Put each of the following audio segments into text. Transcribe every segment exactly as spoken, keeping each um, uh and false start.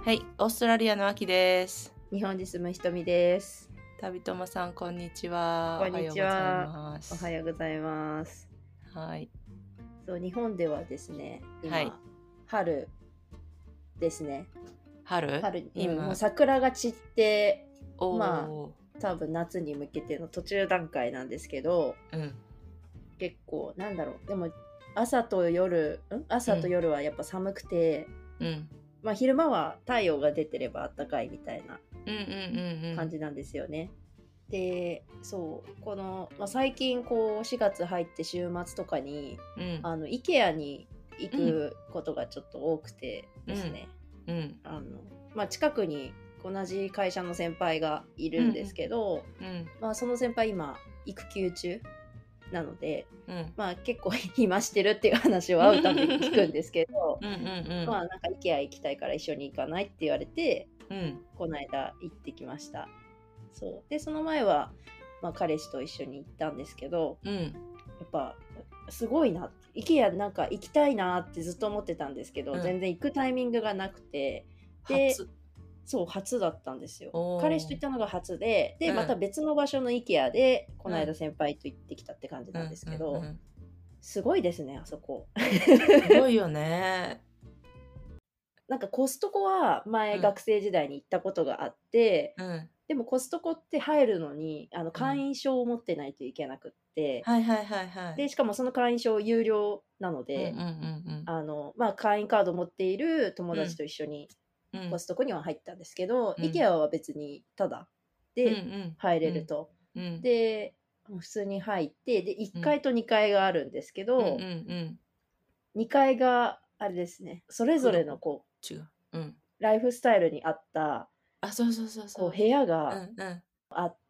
はい、オーストラリアのあきです。 日本に住むひとみです。 旅友さん、こんにちは。 こんにちは。 おはようございます。 おはようございます。 はい。 そう、日本ではですね、今、 はい、 春ですね。 春春、うん、 今、 もう桜が散って、 おまー、 あ、多分夏に向けての途中段階なんですけど、 うん、 結構、なんだろう、でも、朝と夜、ん朝と夜はやっぱ寒くて、 うん、 まあ昼間は太陽が出てれば暖かいみたいなうん、うん、うん、 感じなんですよね。で、そうこの、まあ、最近こうしがつ入って週末とかに、 うん、 あの IKEA に行くことがちょっと多くてですね、 うん、うん、 あのまあ、近くに同じ会社の先輩がいるんですけど、 うん、 まあ、その先輩今育休中なので、 うん、 まあ、結構暇してるっていう話を会うたびに聞くんですけどうん、うん、 まあなんか IKEA 行きたいから一緒に行かないって言われて、 うん、 この間行ってきました。そうでその前は、まあ、彼氏と一緒に行ったんですけど、 うん、 やっぱすごいなって IKEA なんか行きたいなってずっと思ってたんですけど、 うん、 全然行くタイミングがなくて、で初、 そう初だったんですよ。 おー、 彼氏と行ったのが初で、で、 うんまた別の場所の IKEA でこのうん間先輩と行ってきたって感じなんですけど、 うんうん、 すごいですねあそこ。 すごいよね。 なんかコストコは前学生時代に行ったことがあって、 うん、 でもコストコって入るのにあのうん、 会員証を持ってないといけなくって、 はいはいはいはい。 でしかもその会員証有料なのうん、 で、 うん、うん、 あのまあ、会員カードを持っている友うん、 達と一緒にうん、 コストコには入ったんですけど、 うん、 IKEA は別にタダうん、うでん、 入れると。 うん、 で普通に入ってでいっかいうん、 とにかいがあるんですけうん、うん、 ど、 うん、 にかいがあれですね、それぞれのこ違う。うん。 うライフスタイルに合ったあ、そうそうそうそう。 こう部屋うがんうん。 あって、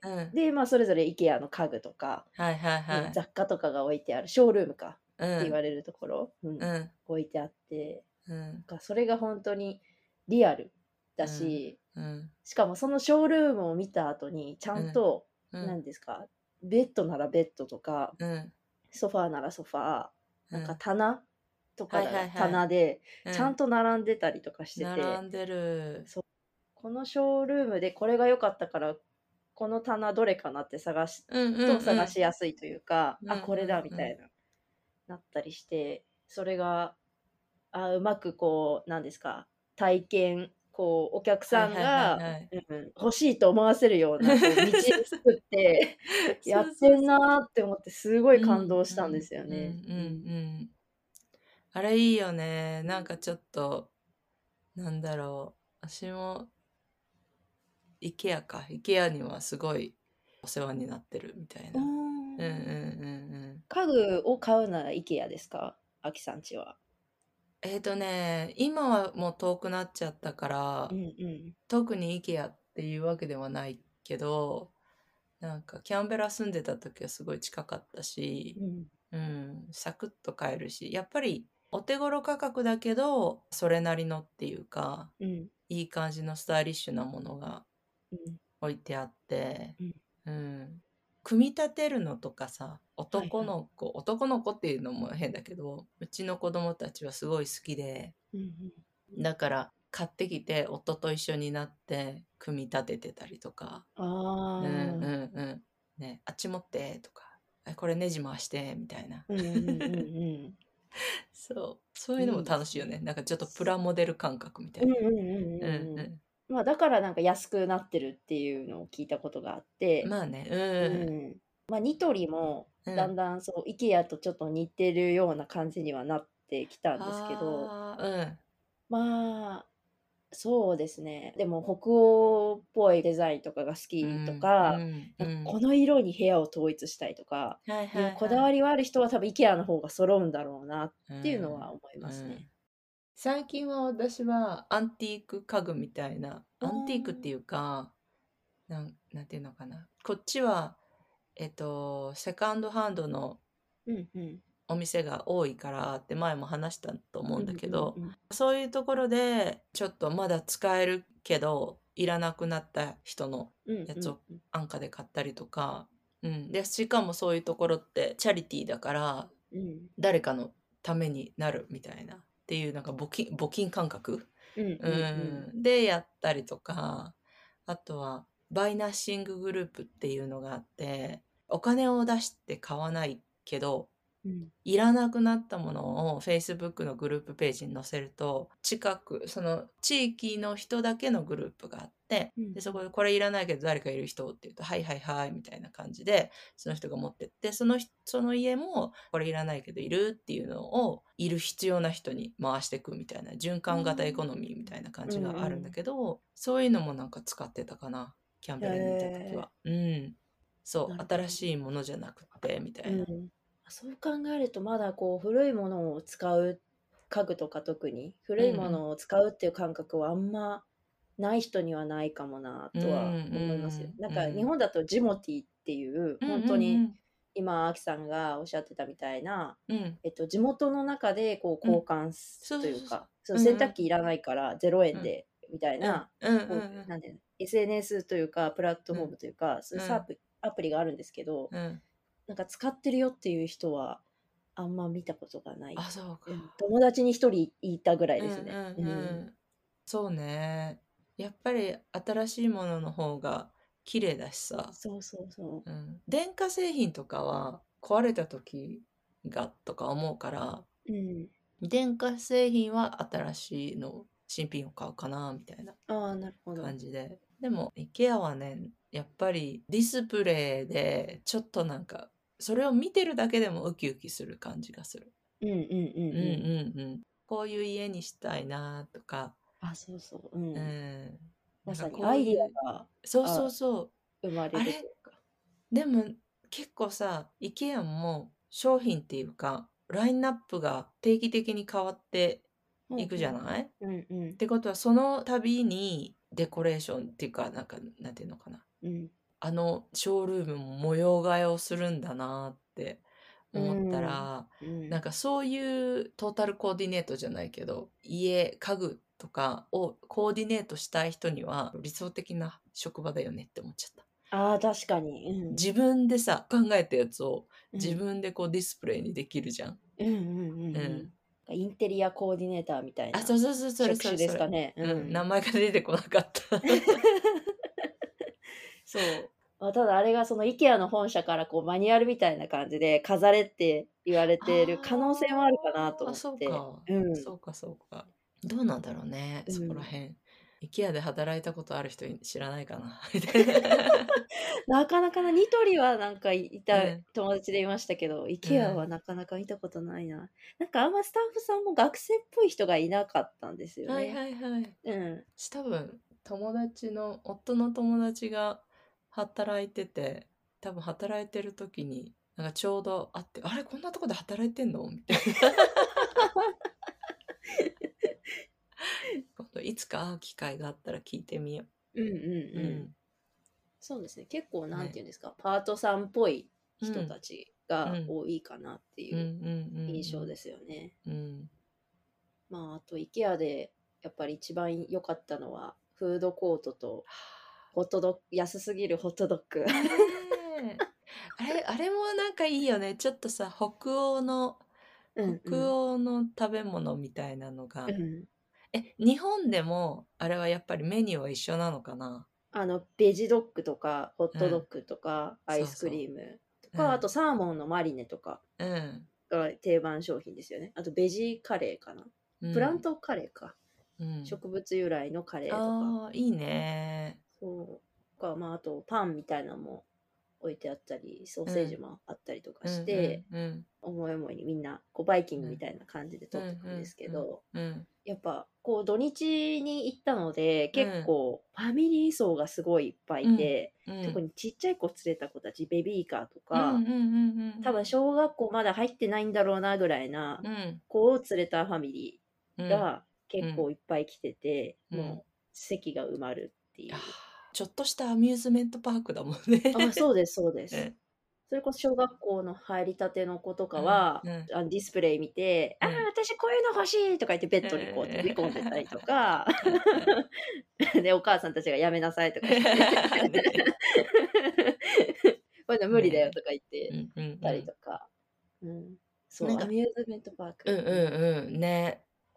うん。 で、まあ、それぞれ IKEA の家具とか、 はいはいはね、 い。 雑貨とかが置いてあるショールームかうん。 って言われるところ、うん、 うん。 置いてあって、 うん。 なんかそれが本当にリアルだうん。 し、 うん。 しかもそのショールームを見た後にちゃうん。 んと、 うん。 何ですか、ベッドならベッドとか、 うん。 ソファーならソファー、なんかうん。 棚とかはいならはいはい。 棚でちゃんうん。 と並んでたりとかしてて、 並んでる。 そうこのショールームでこれが良かったからこの棚どれかなって探すうんうんと探うん。 しやすいというか、 うんあこれだみうんうん。 たいななったりして、それがあうまくこうなんですか、体験こうお客さはいはいはいんが、 はい。 うん、欲しいと思わせるようなこう道を作ってやそうってんそうそう。 なーって思ってすごい感うん動したんでうんすよね。 うんうんうん、 うん。あれいいよね。なんかちょっと、なんだろう。私も、イケアか。イケアにはすごいお世話になってるみたいな。うんうんうん家具を買うなら IKEA ですか、あきさんちは。 えっとね、今はもう遠くなっちゃったかうら、 んうん特に IKEA っていうわけではないけど、なんかキャンベラ住んでた時はすごい近かったし、 うんうん、サクッと買えるし、やっぱりお手頃価格だけど、それなりのっていうか、 うんいい感じのスタイリッシュなものがうん置いてあって、 うん、 うん。組み立てるのとかさ、 はいはい。 男の子、男の子っていうのも変だけど、うちの子供たちはすごい好きで、 うんうんだから買ってきて夫と一緒になって組み立ててたりとか、 あうんうんあ、 うん。ね、あっち持ってとか、えこれネジ回してみたいな。 うんうんうんそう、そううん。 いうのもいいですね。 楽しいよね。なんかちょっとプラモデル感覚みたいうんうんうんな。うんうんうん。 うまあ、だからなんか安くなってるっていうのを聞いたことがあっん。 て、 まあね、 うん。まあ、ニトリもうん。うん。 だんだんそう、IKEA とちょっと似てるような感じにはなってきたんですけど、 はあ、うん。 まあ、そうですね。でも北欧っぽいデザインとかが好うきとん、うか、 ん、うなんかこん。 の色に部屋を統一したいとかはいいうはいはい。 こだわりはある人は多分 IKEA の方が揃うんだろうなっうていうのはん、 思いますね。 うん。最近は私はアンティーク家具みたいな、 うーアンティークってん。 いうか、なん、なんていうのかな。こっちは、えっと、セカンドハンドのうんうん。 お店が多いからって前も話したと思うんだうんけど、 うんうん。 そういうところでちょっとまだ使えるけどいらなくなった人のうんやつをうんうん。 安価で買ったりとか、うん、でしかもそういうところってチャリティーだからうん。 誰かのためになるみたいなっていうなんか募金、募金感覚うんうんううん、でやったりとか、あとはバイナッシンググループっていうのがあって、お金を出して買わないけど、 ん。うんいらなくなったものを Facebook のグループページに載せると、近く、その地域の人だけのグループがあって、 うんで、そこでこれいらないけど誰かいる人って言うと、はいはいはいみたいな感じで、その人が持ってって、その人、その家もこれいらないけどいるっていうのを、いる必要な人に回していくみたいな、循環型エコノミーみたいな感じがあるんだけど、そういうのもなんか使ってたかな。キャンベルにいた時は。うん。そう、 なるほど。 新しいものじゃなくて、みたいな。 うん。そう考えるとまだこう古いものを使う家具とか特に古いものを使うっていう感覚はあんまない人にはないかもなうんとは思いますよ。 うんなんか日うん本だとジモティっていううん本当にうん今アキさんがおっしゃってたみたいな、 うんうんえっと、地元の中でこううん交換そうそうそうというか、そううん洗濯機いらないからゼロうん円でみたいうんな、 うんうこんうなんていうの エスエヌエス というかプラットうんフォームというか、そういうサープアプリがあるんですけど、 うんなんか使ってるよっていう人はあんま見たことがない。 あ、そうか。 うん友達に一人いたぐらいうんですね。 うんううんん。そうね。やっぱり新しいものの方が綺麗だしさ。 そうそうそうん。電化製品とかは壊れた時がとか思うから、 う。うん。 電化製品は新しいの、新品を買うかな、みたいなああ、なるほど。 感じで。でも、IKEA はね、やっぱりディスプレイで、ちょっとなんか、それを見てるだけでもウキウキする感じがする。 うんうんうんうんうん。 うんうん。こういう家にしたいなとか、 あ、そうそう。う。 うんん。なんかまさにこういう、 アイディアがそうそうあそう。 生まれあれるというか。 でも結構さ、IKEA も商品っていうか、ラインナップが定期的に変わっていくじゃないっうんうんてことは、その度にデコレーションっていうか、なんか、なんていうのかな。 うんあのショールームも模様替えをするんだなってう思ったんら、 うんなんかそういうトータルコーディネートじゃないけど、家、家具とかをコーディネートしたい人には理想的な職場だよねって思っちゃった。 ああ、確かに。うん自分でさ、考えたやつをうん自分でこうディスプレイにできるじゃん。 うんうんうんううんん。インテリアコーディネーターみたいあ、そうなそうそう、それ職種それそれ。 ですかね。ううん、 ん。 名前が出てこなかった。 そう。まあただあれがその IKEA の本社からこうマニュアルみたいな感じで飾れって言われてる可能性もあるかなとああ、 思っそうて。 か。 うん。 そうか、そうか。どうなんだろうね、そこらうん、 辺。IKEA で働いたことある人知らないかなみたいな。 なかなかな、ニトリはなんかいたうん。 友達でいましたけど、 う IKEA はん。 なかなか見たことないな。なんかあんまスタッフさんも学生っぽい人がいなかったんですよはいね。 はいはい。 うん。 私多分、友達の、夫の友達が働いてて、多分働いてる時に、なんかちょうど会って、あれこんなとこで働いてんのみたいな。今度いつか会う機会があったら聞いてみようんうんう。ううん。 ん。 そうですね。結構なんていね。 うんですか、パートさんっぽい人うん。 たちうがん。 多いかなってうんういうん印象うんですよね。 うん。うん。 まあ、あと IKEA でやっぱり一番良かったのは、フードコートとホットドッグ、安すぎるホットドッグ。 ねえ。あれ、あれもなんかいいよね。ちょっとさ、北欧の、 うん北うん。 欧の食べ物みたいなのが。 うん。 え、日本でも、あれはやっぱりメニューは一緒なのかな？ あの、ベジドッグとか、ホッうん。 トドッグとか、アイスクそうそリームとう。うか、あとん。 サーモンのマリネとかうん。 が定番商品ですよね。あとベジカレーかな。 うん。 プラントカレーか。 うん。 植物由来のカレーとか。 ああ、いいね。 そう。か、まあ、あとパンみたいなのも置いてあったり、ソーうん。 セージもあったりとかうんして、 うんうん。 思い思いにみんなこうバイキングみうん。 たいな感じでうん取ってくんですけうんうんど、 うん。 やっぱこう土日に行ったので結うん。 構ファミリー層がすごいいっぱいうん。 いて、 うん。 特にちっちゃい子連れた子たち、ベビーカーとうんうんか、 うん多分小学校まだ入ってないんだろうなぐらいなうん。うん。 子を連れたファミリうん。 ーが結構いっぱい来てて、 うん。 もう席が埋まるってあーいう。 ちょっとしたアミューズメントパークだもんあ、 ね。 そうです、そうでうす。 ん。 それこそ小学校の入りたての子とかうんは、 うん。 あのディスプレイ見て、ああ、 うん。 私こういうの欲しいとか言ってベッドにこう飛び込んでたりとか、で、お母さんたちがやめなさいとか言って、 ね。 こういうの無理だよね。 とか言ってうんうんたうん。 りとか。うん。そう、 なんか、 アミューズメントパーうんク。うん。 うんうん。ね。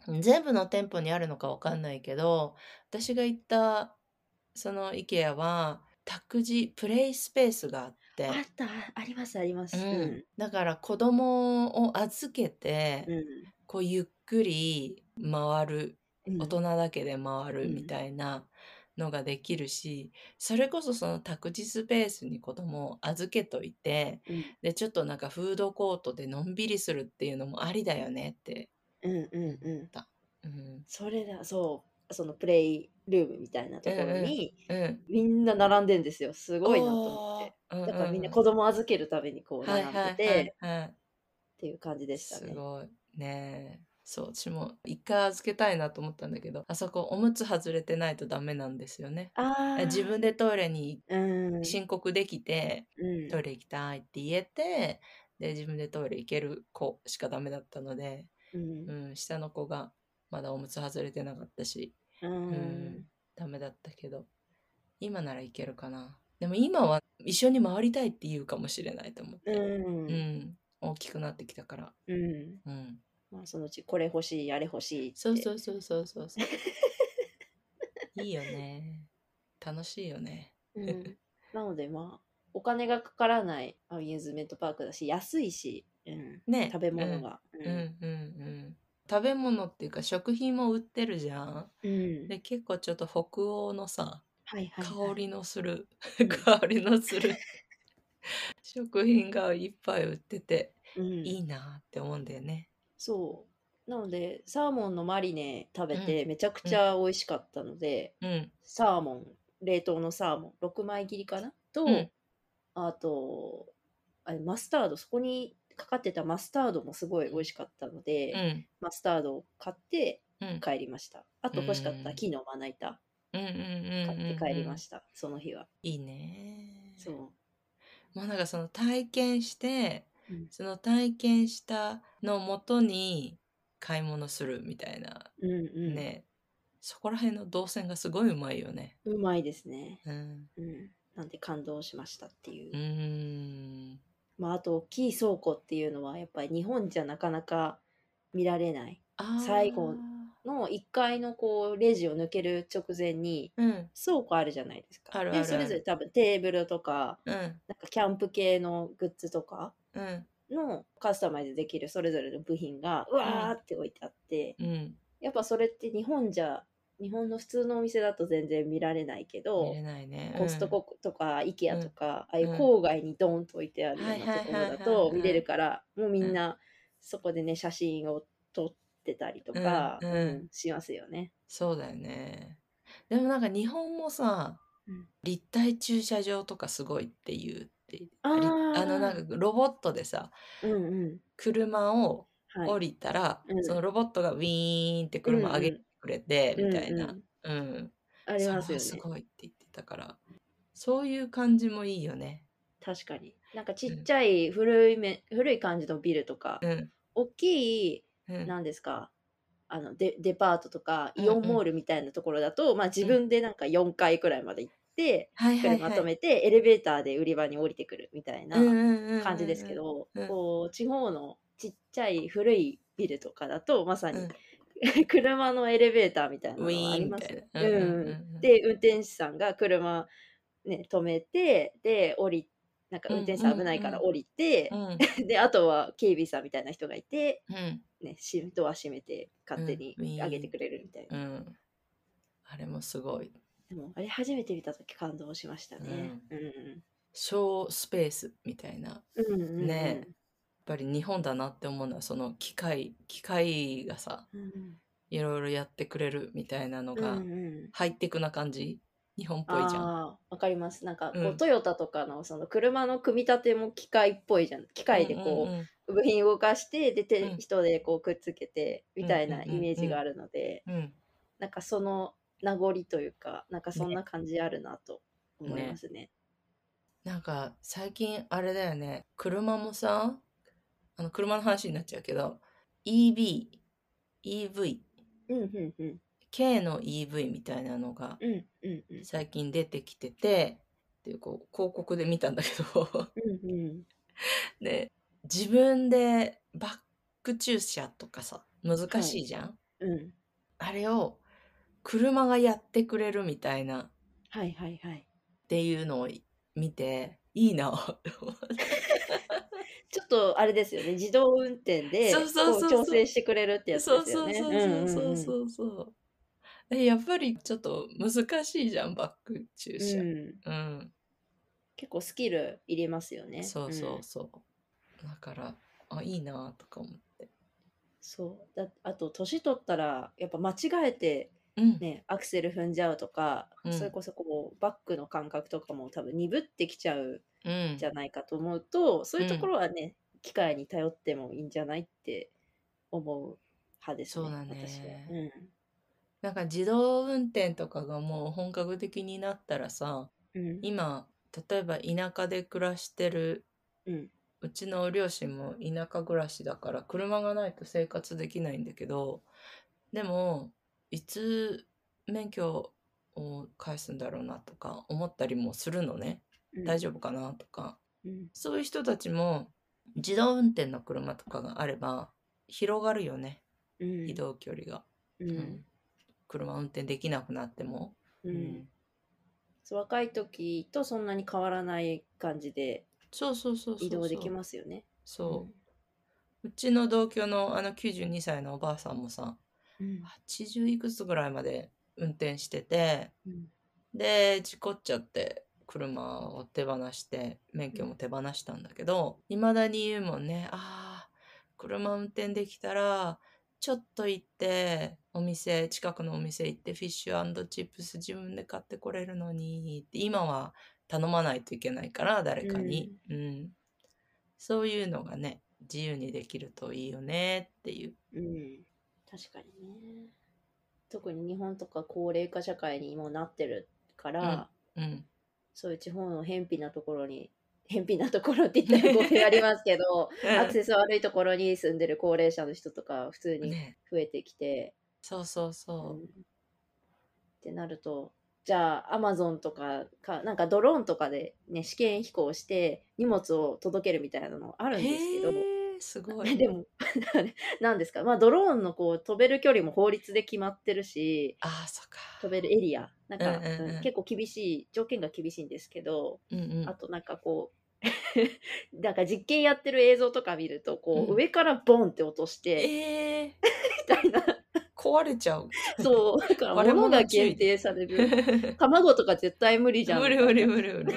全部の店舗にあるのかわかんないけど、私が行ったその IKEA は託児プレイスペースがあっあて、 った、ありますありまうす。うんん、だから子供を預けて、 うんこうゆっくり回る、大うん人だけで回るみうんたいなのができるし、それこそその託児スペースに子供を預けといて、 うんで、ちょっとなんかフードコートでのんびりするっていうのもありだよねってうんう思っんうん。 た。うん。 それだ、そう、そのプレイルームみたいなうんところにうん。うん。 みんな並んでんですよ。すごいなと思っおー。 て。 うんだからみんうんうん。 な子供預けるためにこうはい並んはいはいでてはい。 っていう感じでしたね。 すごい。ねえ。そう、私も一回預けたいなと思ったんだけど、あそこおむつ外れてないとダメなんですよね。え自あ分でトイレにあ、うん、 申告できて、 うん、 トイレ行きたいって言えて、で、自分でトイレ行ける子しかダメだったので、 うん、 うん、下の子がまだおむつ外れてなかったし、 ううん、 ん、ダメだったけど、今ならいけるかな。でも今は一緒に回りたいって言うかもしれないと思っうて。うん、 ん、大きくなってきたから。 うん。 うん。 まあそのうちこれ欲しい、あれ欲しいっそうそて。 うそうそうそうそう。いいよね。楽しいよね。 うん。なのでまあ、お金がかからないアミューズメントパークだし、安いし、うん、 ね。 食べうん。 物が。うん。 うんうんうん。食べ物っていうか食品も売ってるじゃん。 うん。 で、結構ちょっと北欧のさ、 はいはい香はい。 りのする、 うん。 香りのする食品がいっぱい売ってて、 うん。 いいなって思うんだよね。 そう。なので、サーモンのマリネ食べうん。 てめちゃくちうん。 ゃ美味しかったので、 うん。 サーモン、冷凍のサーモン、ろくまい切りかなと、 うん。 あと、あれ、マスタード、そこにかかってたマスタードもすごい美味しかったので、 うん。 マスタードを買ってうん。 帰りました。あうと欲しかったん。 木のまな板うんうんうんうん買って帰りうん。 ました、その日は。 いいね。 そもうなんかその体験して、 う。うん。 その体験したのをもとに買い物するみたいな、 うんうね。そこら辺の動線がすごいうまいよね。 ん。うまいですね。 うん。 うん。なんで感動しましたっていう。 うーん。 まあ、あと、大きい倉庫っていうのは、やっぱり日本じゃなかなか見られない。 あ最後あ。 のいっかいのこう、レジを抜ける直前に、 うん。 倉庫あるじゃないですか。 あるで、 あるある。 それぞれ多分テーブルとか、 うん。 なんかキャンプ系のグッズとかうん。 のカスタマイズできるそれぞれの部品が、ううん。 わーって置いてあって、 うん。 やっぱそれって日本じゃ、日本の普通のお店だと全然見られないけど、 見れないコストね。 コとか イケアうん。うん。 とか、ああいううん。 郊外にドーンと置いてあるよはいうなところはいはいだと見れはいはい。 るから、もうみうん。 んなそこでね、写真を撮ってたりとうん。 か、 うん。 うん、しますよね。 そうだよね。でもなんか日本もさ、 うん、 立体駐車場とかすごいって言うって、 ありあのなあ、 んかロボットでさ、 うんうん。 車をはい。 降りたら、 うん。 そのロボットがウィーンってうん車上げてうん。 くれて、 うんみたいな。 うん。 うん。 ありそれますよね。 はすごいって言ってたから、そういう感じもいいよね。 確かに。なんかちうん。 っちゃい古いめ、古い感じのビルとか、 うん。 大きい、 うん。 なんですか、あのデ、デパートとかイオンモーうんうん。 ルみたいなところだと、まあ自うん。 分でなんかよんかいくらいまで行って、 はいはい車はい。 止めてエレベーターで売り場に降りてくるみたいうんなうんうん感じですうんけど、 うん。うん。 こう、地方のちっちゃい古いビルとかだと、まさにうん。 車のエレベーターみたいウィなのはありーンみたいますよ。 な。うんうんうんうん。 うん。 で、運転手さんが車ね、止めて、で、降り、なんかうん運転手うんさん危ないからうん。 降りて、 うん。 で、あとは警備さんみたいな人がいて、 うん。 ね、しドア閉めて勝手うん。 にウィーン。 上げてくれるみたいな。 うん。あれもすごい。 でも、あれ初めて見たとき感動しましたね。 うん。 うん小スペースみたいな。 うん。うんうんねえ。やっうん。 ぱり日本だなって思うのは、その機械、機械がさ、 うんいろいろやってくれるみたいなのうん。うんが、 うん。 ハイテクな感じ日本っぽいじゃん。 ああ、わかります。なんか、こう、 うん。 トヨタとかの、その、車の組み立ても機械っぽいじゃん。機械うんうんでこうん。 う、部品動かして、で、手、 うん。 人でこう、くっつけて、みうんたいなイメーうんうんジがあるので、 うん。うん。 なんかその名残というか、なんかそんね。 な感じあるなと思いまね。 すね。 なんか、最近あれだよね。車もさ、あの、車の話になっちゃうけど、イービー、イーブイ、 うんうんうん。 K の イーブイ みたいなのがうんうんうん。 最近出てきてて、っていうこう広告で見たんだけどうんうん。 で、自分でバック駐車とかさ、難はい。 しいじゃん。 うん。 あれを車がやってくれるみたいなっはいはいはい。 ていうのを見ていいなって思ってちょっとあれですよね。自動運転そうでこうそうそうそう調整してくれるってやつそうですよね。 そうそううんそうそううんうん。 そうそうえやっぱりちょっと難しいじゃんバック駐車うん。 うん結構スキルいりますよね。 そうそううん。 そうだからあいいなとか思ってそうだあと年取ったらやっぱ間違えてうんねアクセル踏んじゃうとか、 うんそれこそこうバックの感覚とかも多分鈍ってきちゃううんじゃないかと思うと、そういうとこうんろはね機械に頼ってもいいんじゃないって思う派ですね、 そうだ私は。 ねうなんか自動運転とかがもう本格的になったらさんうん今例えば田舎で暮らしてるうんうちの両親も田舎暮らしだから車がないと生活できないんだけどでもいつ免許を返すんだろうなとか思ったりもするのねうん大丈夫かなとかうんそういう人たちも自動運転の車とかがあれば広がるよねうん移動距離が、 ううんん、車運転できなくなっても、 ううんん、 そう若い時とそんなに変わらない感じでそうそうそう移動できそうそうますよね。 そううちの同居のあのきゅうじゅうにさいのおばあさんもさうんはちじゅういくつぐらいまで運転しててうんで事故っちゃって車を手放して免許も手放したんだけどいまだに言うもんねあー車運転できたらちょっと行ってお店近くのお店行ってフィッシュ&チップス自分で買ってこれるのにって今は頼まないといけないから誰かに、うん、そういうのがね自由にできるといいよねっていう。 うん、確かにね。特に日本とか高齢化社会にもなってるかうんら、 うんそういう地方の偏僻なところに、偏僻なところって言ったら語弊ありますけど、アクセス悪いところに住んでる高齢者の人とか普通にね増えてきて、 そうそううん、 そってなると、じゃあアマゾンとかか、なんかドローンとかでね、試験飛行して荷物を届けるみたいなのあう。 るんですけど、 へえ、すごい。 でも、なんですか、まあドローンのこう飛べる距離も法律で決まってるし、 ああ、そっか。 飛べるエリア、なんうんか、 うんうん。 うん結構厳しい、条件が厳しいんですけど、 うんうん。 あとなんかこう、なんか実験やってる映像とか見ると、こう、 うん上からボンって落として、 ええみたいな、 壊れちゃう。 そう、だから割れ物が物注意。 限定される。卵とか絶対無理じゃん無理無理みたいな。 無理無理。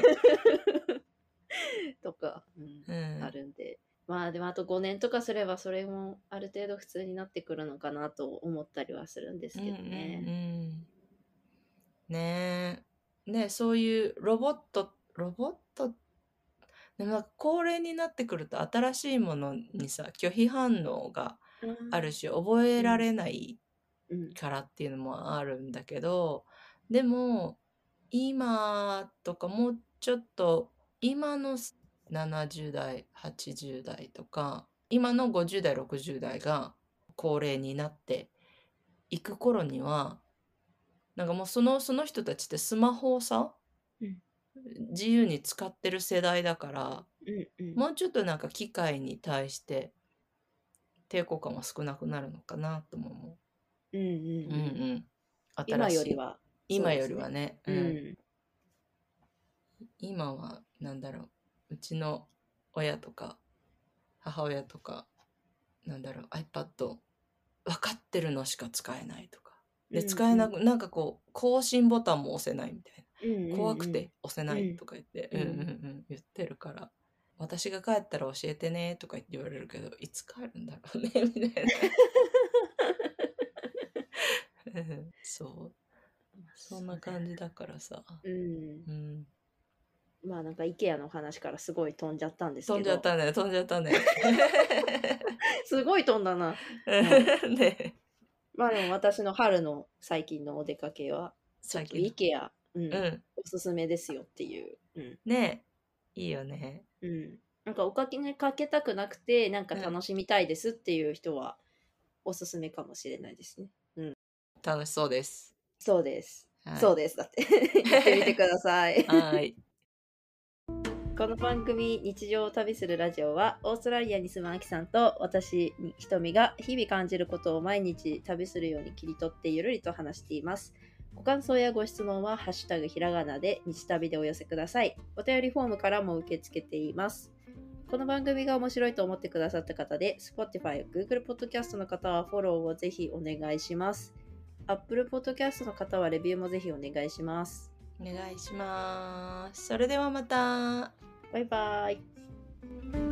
とか、うんうんあるんで。まあでもあとごねんとかすればそれもある程度普通になってくるのかなと思ったりはするんですけどうんうんね。 うん。ねえ。ねそういうロボット、ロボット、でもなんか高齢になってくると新しいものにさ、拒否反応があるし、覚えられないうんからっていうのもあるんだけど、でも今とかもうちょっと今のななじゅう代はちじゅう代とか今のごじゅう代ろくじゅう代が高齢になっていく頃にはなんかもうそのその人たちってスマホをさうん自由に使ってる世代だからうんうんもうちょっとなんか機械に対して抵抗感は少なくなるのかなとも思うんうんう。うんうんうん新今しいよりはそう今よですね。 りはね、 ううん、 ん今はなんだろううちの親とか母親とかなんだろう iPad 分かってるのしか使えないとかで使えなくなんかこう更新ボタンも押せないみたいうんな怖くて押せないうんとか言ってううんんうんうん言ってるから私が帰ったら教えてねとか言われるけどいつ帰るんだろうねみたいなうんそうそんな感じだからさうんうんまあなんか IKEA の話からすごい飛んじゃったんです飛んじゃっけど、 たね飛んじゃったねすごい飛んだな。 うんねまあでも私の春の最近のお出かけはちょっと最近 IKEA、うんうんおすすめですよっていう。うんねいいよねうん、なんかおかけにかけたくなくてなんか楽しみたいですっていう人はおすすめかもしれないですね。うん、 楽しそうですそうです。 はいそうです。だって言ってみてください。 はいこの番組日常を旅するラジオはオーストラリアに住むアキさんと私ひとみが日々感じることを毎日旅するように切り取ってゆるりと話しています。ご感想やご質問はハッシュタグひらがなで日旅でお寄せください。お便りフォームからも受け付けています。この番組が面白いと思ってくださった方で Spotify、Google Podcast の方はフォローをぜひお願いします。Apple Podcast の方はレビューもぜひお願いします。 お願いします。それではまた。 バイバイ。